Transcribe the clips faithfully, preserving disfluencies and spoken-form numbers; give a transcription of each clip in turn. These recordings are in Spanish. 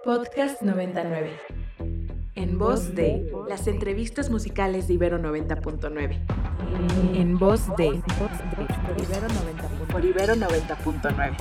Podcast noventa y nueve. En voz de las entrevistas musicales de Ibero noventa punto nueve. En voz de por Ibero noventa punto nueve.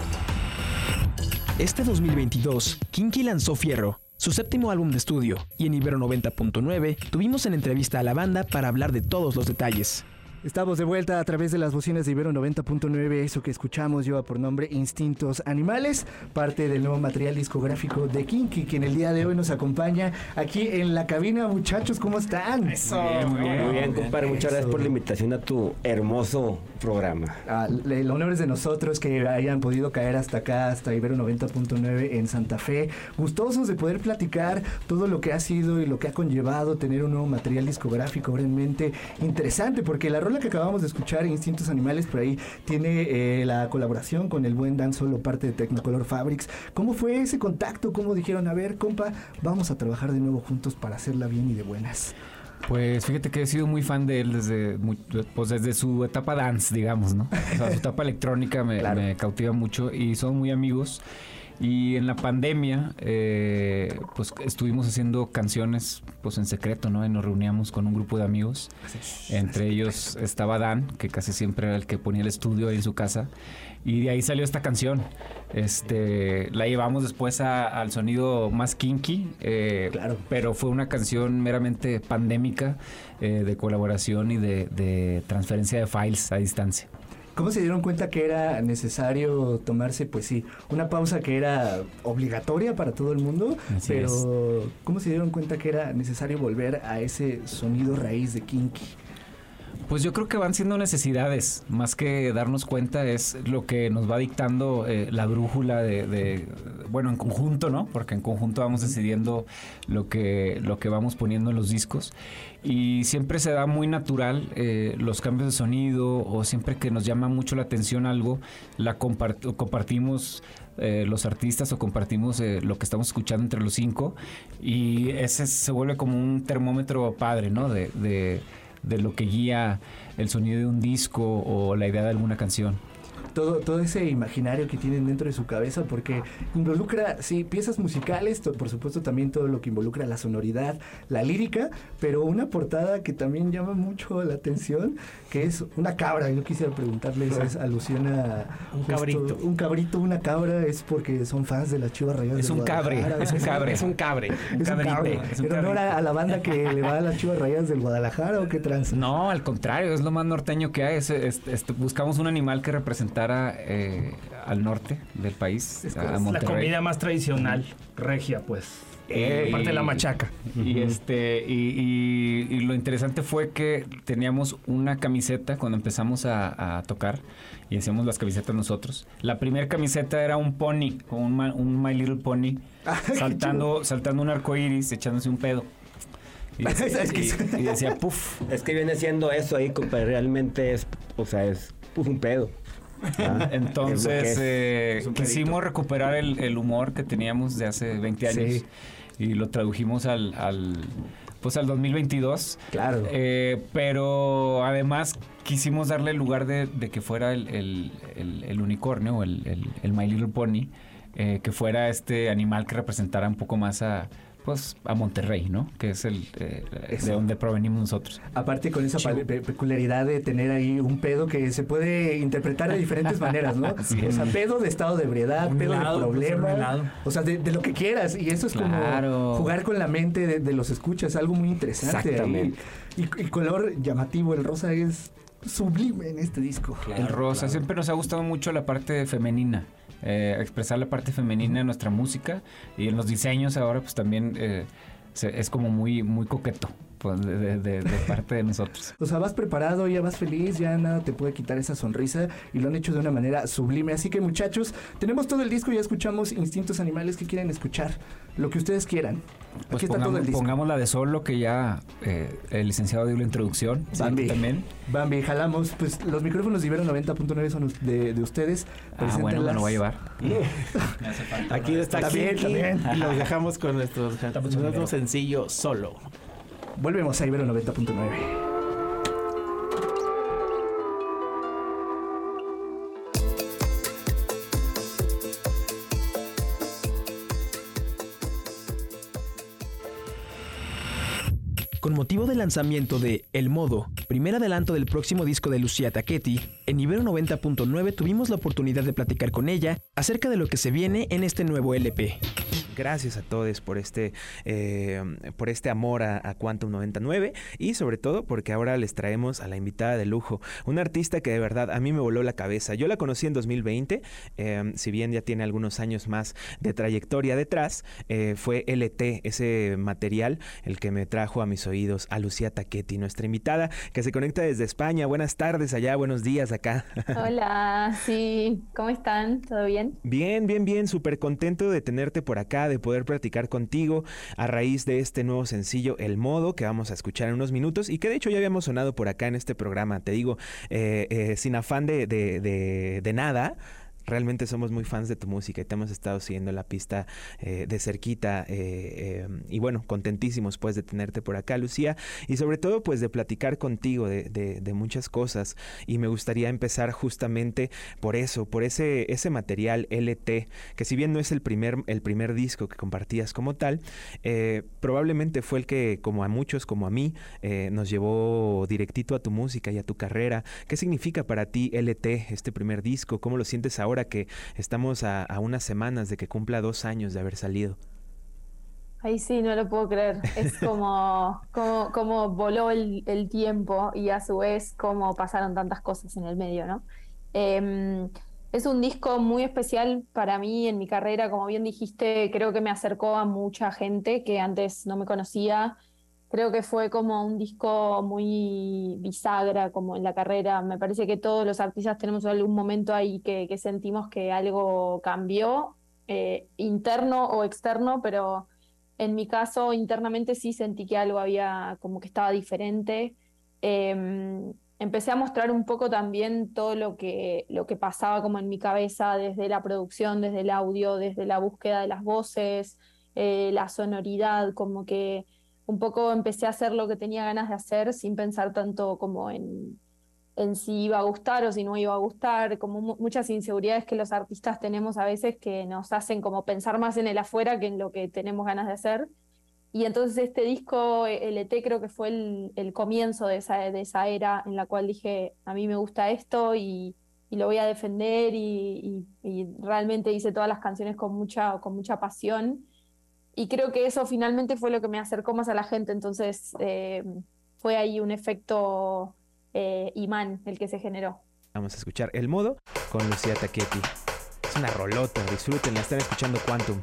Este dos mil veintidós, Kinky lanzó Fierro, su séptimo álbum de estudio, y en Ibero noventa punto nueve tuvimos en entrevista a la banda para hablar de todos los detalles. Estamos de vuelta a través de las bocinas de Ibero noventa punto nueve. Eso que escuchamos lleva por nombre Instintos Animales, parte del nuevo material discográfico de Kinky, que en el día de hoy nos acompaña aquí en la cabina. Muchachos, ¿cómo están? Eso, muy bien, muy bien, muy bien compadre. Muchas gracias por la invitación a tu hermoso programa. Ah, el honor es de nosotros que hayan podido caer hasta acá, hasta Ibero noventa punto nueve en Santa Fe. Gustosos de poder platicar todo lo que ha sido y lo que ha conllevado tener un nuevo material discográfico realmente interesante, porque la rola que acabamos de escuchar, Instintos Animales, por ahí tiene eh, la colaboración con el buen Dan Solo, parte de Technicolor Fabrics. ¿Cómo fue ese contacto? ¿Cómo dijeron, a ver, compa, vamos a trabajar de nuevo juntos para hacerla bien y de buenas? Pues fíjate que he sido muy fan de él desde, muy, pues desde su etapa dance, digamos, ¿no? O sea, su etapa electrónica me, claro. me cautiva mucho y son muy amigos. Y en la pandemia, eh, pues estuvimos haciendo canciones pues en secreto, ¿no? Y nos reuníamos con un grupo de amigos. Entre ellos estaba Dan, que casi siempre era el que ponía el estudio ahí en su casa. Y de ahí salió esta canción. Este, la llevamos después a, al sonido más kinky, eh, claro. Pero fue una canción meramente pandémica, eh, de colaboración y de, de transferencia de files a distancia. ¿Cómo se dieron cuenta que era necesario tomarse, pues sí, una pausa que era obligatoria para todo el mundo? Así pero es. ¿Cómo se dieron cuenta que era necesario volver a ese sonido raíz de Kinky? Pues yo creo que van siendo necesidades, más que darnos cuenta es lo que nos va dictando eh, la brújula de, de, bueno, en conjunto, ¿no? Porque en conjunto vamos decidiendo lo que, lo que vamos poniendo en los discos y siempre se da muy natural eh, los cambios de sonido o siempre que nos llama mucho la atención algo, la compart- compartimos eh, los artistas o compartimos eh, lo que estamos escuchando entre los cinco y ese se vuelve como un termómetro padre, ¿no? De... de de lo que guía el sonido de un disco o la idea de alguna canción. Todo, todo ese imaginario que tienen dentro de su cabeza, porque involucra, sí, piezas musicales, to, por supuesto también todo lo que involucra la sonoridad, la lírica, pero una portada que también llama mucho la atención, que es una cabra. Yo quisiera preguntarles, es alusión a... Un cabrito. Un cabrito, una cabra, es porque son fans de las Chivas Rayadas es del un cabre, Guadalajara. Es un cabre, es un cabre. Es un cabre. ¿En honor a la banda que le va a las Chivas Rayadas del Guadalajara o qué trans? No, al contrario, es lo más norteño que hay. Es, es, es, buscamos un animal que representara Eh, al norte del país, es a Monterrey. La comida más tradicional, regia, pues. Eh, aparte de la machaca. Y uh-huh. este y, y, y lo interesante fue que teníamos una camiseta cuando empezamos a, a tocar y hacíamos las camisetas nosotros. La primera camiseta era un pony, un, un My Little Pony, saltando, saltando un arco iris, echándose un pedo. Y, es que y, y decía puff. Es que viene siendo eso ahí, compadre. Realmente es, o sea, es puff, un pedo. Ah, entonces es, eh, es quisimos recuperar el, el humor que teníamos de hace veinte años sí. Y lo tradujimos al, al pues al dos mil veintidós. Claro. Eh, pero además quisimos darle el lugar de, de que fuera el, el, el, el unicornio, el, el, el My Little Pony, eh, que fuera este animal que representara un poco más a pues a Monterrey, ¿no? Que es el eh, de donde provenimos nosotros. Aparte con esa pe- peculiaridad de tener ahí un pedo que se puede interpretar de diferentes maneras, ¿no? Sí. O sea, pedo de estado de ebriedad, un pedo helado, de problema, o sea, de, de lo que quieras. Y eso es claro. como jugar con la mente de, de los escuchas, algo muy interesante. Exactamente. Ahí. Y el color llamativo, el rosa es sublime en este disco. Claro, el rosa, claro. Siempre nos ha gustado mucho la parte femenina. Eh, expresar la parte femenina en nuestra música y en los diseños ahora pues también eh, se, es como muy muy coqueto pues, de, de, de, de parte de nosotros. O sea, vas preparado, ya vas feliz, ya nada te puede quitar esa sonrisa y lo han hecho de una manera sublime. Así que muchachos, tenemos todo el disco, ya escuchamos Instintos Animales. ¿Qué quieren escuchar? Lo que ustedes quieran. Pues Aquí está pongamos, todo el disco. Pongamos la de Solo, que ya eh, el licenciado dio la introducción. Bambi, ¿sí? También. Bambi, jalamos. Pues los micrófonos de Ibero noventa punto nueve son de, de ustedes. Ah, bueno, me lo voy a llevar. Me hace falta. Aquí está también, también. Y los dejamos con nuestros nuestro sencillo Solo. Volvemos a Ibero noventa punto nueve. Con motivo del lanzamiento de El Modo, primer adelanto del próximo disco de Lucía Tacchetti, en Ibero noventa punto nueve tuvimos la oportunidad de platicar con ella acerca de lo que se viene en este nuevo L P. Gracias a todos por este, eh, por este amor a, a Quantum noventa y nueve y sobre todo porque ahora les traemos a la invitada de lujo, una artista que de verdad a mí me voló la cabeza. Yo la conocí en dos mil veinte, eh, si bien ya tiene algunos años más de trayectoria detrás, eh, fue L T, ese material, el que me trajo a mis oídos a Lucía Tacchetti, nuestra invitada que se conecta desde España. Buenas tardes allá, buenos días acá. Hola, sí, ¿cómo están? ¿Todo bien? Bien, bien, bien, súper contento de tenerte por acá, de poder platicar contigo a raíz de este nuevo sencillo El Modo, que vamos a escuchar en unos minutos y que de hecho ya habíamos sonado por acá en este programa. Te digo, eh, eh, sin afán de, de, de, de nada, realmente somos muy fans de tu música y te hemos estado siguiendo la pista eh, de cerquita eh, eh, y bueno, contentísimos pues de tenerte por acá, Lucía, y sobre todo pues de platicar contigo de, de, de muchas cosas, y me gustaría empezar justamente por eso, por ese, ese material L T, que si bien no es el primer, el primer disco que compartías como tal, eh, probablemente fue el que, como a muchos, como a mí, eh, nos llevó directito a tu música y a tu carrera. ¿Qué significa para ti L T, este primer disco? ¿Cómo lo sientes ahora que estamos a, a unas semanas de que cumpla dos años de haber salido? Ay, sí, no lo puedo creer. Es como, como, como voló el, el tiempo y a su vez como pasaron tantas cosas en el medio, ¿no? Eh, es un disco muy especial para mí en mi carrera. Como bien dijiste, creo que me acercó a mucha gente que antes no me conocía. Creo que fue como un disco muy bisagra como en la carrera. Me parece que todos los artistas tenemos algún momento ahí que, que sentimos que algo cambió, eh, interno o externo, pero en mi caso internamente sí sentí que algo había como que estaba diferente. Eh, empecé a mostrar un poco también todo lo que, lo que pasaba como en mi cabeza desde la producción, desde el audio, desde la búsqueda de las voces, eh, la sonoridad, como que un poco empecé a hacer lo que tenía ganas de hacer sin pensar tanto como en, en si iba a gustar o si no iba a gustar, como mu- muchas inseguridades que los artistas tenemos a veces que nos hacen como pensar más en el afuera que en lo que tenemos ganas de hacer. Y entonces este disco, L T, creo que fue el, el comienzo de esa, de esa era en la cual dije, a mí me gusta esto y, y lo voy a defender y, y, y realmente hice todas las canciones con mucha, con mucha pasión. Y creo que eso finalmente fue lo que me acercó más a la gente, entonces eh, fue ahí un efecto eh, imán el que se generó. Vamos a escuchar El Modo con Lucía Tacchetti. Es una rolota, disfrútenla, están escuchando Quantum.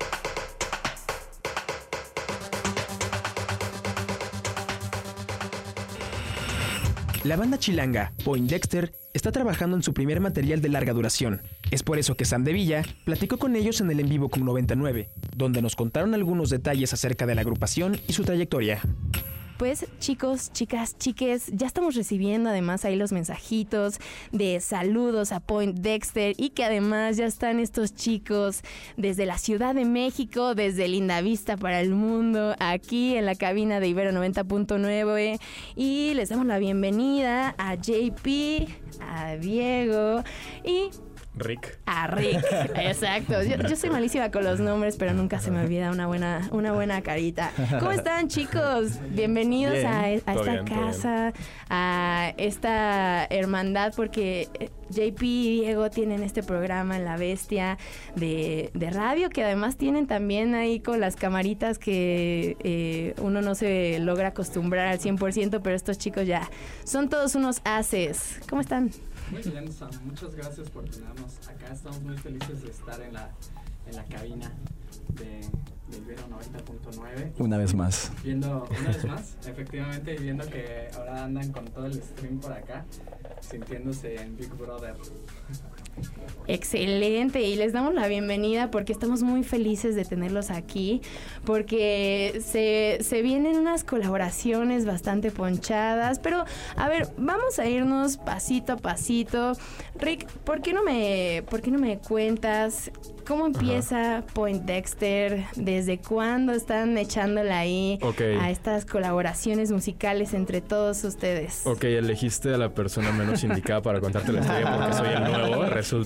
La banda chilanga Poindexter está trabajando en su primer material de larga duración. Es por eso que Sam de Villa platicó con ellos en el En Vivo con noventa y nueve, donde nos contaron algunos detalles acerca de la agrupación y su trayectoria. Pues chicos, chicas, chiques, ya estamos recibiendo además ahí los mensajitos de saludos a Poindexter y que además ya están estos chicos desde la Ciudad de México, desde Linda Vista para el mundo, aquí en la cabina de Ibero noventa punto nueve, y les damos la bienvenida a J P, a Diego y Rick. A Rick, exacto. Yo, yo soy malísima con los nombres, pero nunca se me olvida una buena, una buena carita. ¿Cómo están, chicos? Bienvenidos bien, a, a esta bien, casa, a esta hermandad, porque J P y Diego tienen este programa en La Bestia de, de radio, que además tienen también ahí con las camaritas que eh, uno no se logra acostumbrar al cien por ciento, pero estos chicos ya son todos unos ases. ¿Cómo están? Muy bien, Sam. Muchas gracias por tenernos acá. Estamos muy felices de estar en la, en la cabina de, de Ibero noventa punto nueve. Una vez más. Viendo, una vez más, efectivamente, y viendo que ahora andan con todo el stream por acá, sintiéndose en Big Brother. Excelente, y les damos la bienvenida porque estamos muy felices de tenerlos aquí, porque se, se vienen unas colaboraciones bastante ponchadas, pero a ver, vamos a irnos pasito a pasito. Rick, ¿por qué no me, por qué no me cuentas cómo empieza Ajá. Poindexter? ¿Desde cuándo están echándole ahí okay. a estas colaboraciones musicales entre todos ustedes? Ok, elegiste a la persona menos indicada para contarte la historia porque soy el nuevo, resulta.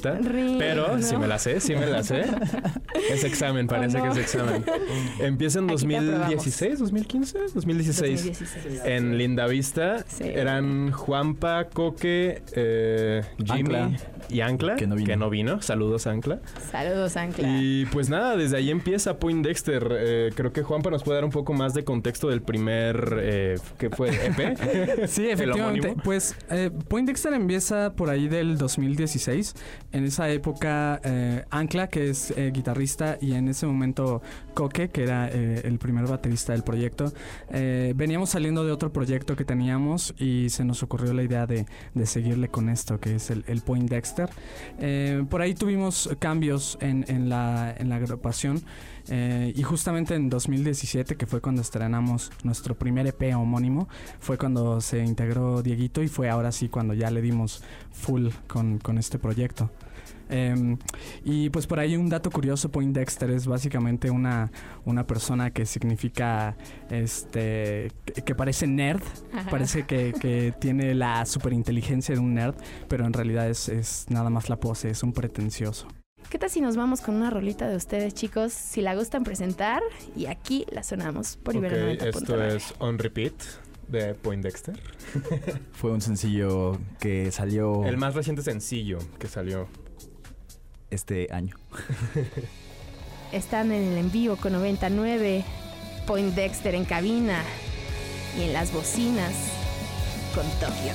lista. Rin, pero ¿no? sí me la sé, sí me la sé. Es examen, parece ¿O no? que es examen. Empieza en Aquí dos te mil aprobamos. dieciséis, dos mil quince, dos mil dieciséis. dos mil dieciséis. En Lindavista. Sí. Eran Juanpa, Coque, eh, Jimmy Ancla. y Ancla, Que no vino. que no vino. Saludos, Ancla. Saludos, Ancla. Y pues nada, desde ahí empieza Poindexter. Eh, creo que Juanpa nos puede dar un poco más de contexto del primer, eh, ¿qué fue? ¿E P? Sí, efectivamente. Pues eh, Poindexter empieza por ahí del dos mil dieciséis. En esa época, eh, Ancla, que es eh, guitarrista, y en ese momento Coque, que era eh, el primer baterista del proyecto, eh, veníamos saliendo de otro proyecto que teníamos y se nos ocurrió la idea de, de seguirle con esto, que es el, el Poindexter. Eh, por ahí tuvimos cambios en, en, la, en la agrupación. Eh, y justamente en dos mil diecisiete, que fue cuando estrenamos nuestro primer E P homónimo, fue cuando se integró Dieguito y fue ahora sí cuando ya le dimos full con, con este proyecto. Eh, y pues por ahí un dato curioso, Poindexter es básicamente una, una persona que significa este que, que parece nerd. Ajá. Parece que, que tiene la superinteligencia de un nerd, pero en realidad es, es nada más la pose, es un pretencioso. ¿Qué tal si nos vamos con una rolita de ustedes, chicos? Si la gustan presentar, y aquí la sonamos por Ibero okay, noventa punto nueve. Esto es On Repeat de Poindexter. Fue un sencillo que salió... El más reciente sencillo que salió este año. Están en el en vivo con noventa y nueve, Poindexter en cabina y en las bocinas con Tokio.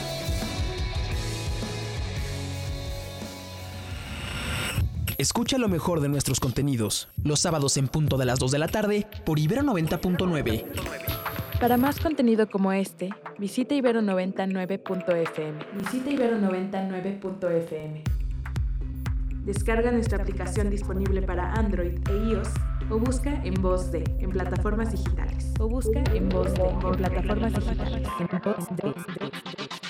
Escucha lo mejor de nuestros contenidos los sábados en punto de las dos de la tarde por Ibero noventa punto nueve. Para más contenido como este, visita ibero noventa y nueve punto efe eme. Visita ibero noventa y nueve punto efe eme. Descarga nuestra aplicación disponible para Android e iOS o busca en Voz de en plataformas digitales. O busca en Voz de en plataformas digitales. En Voz de.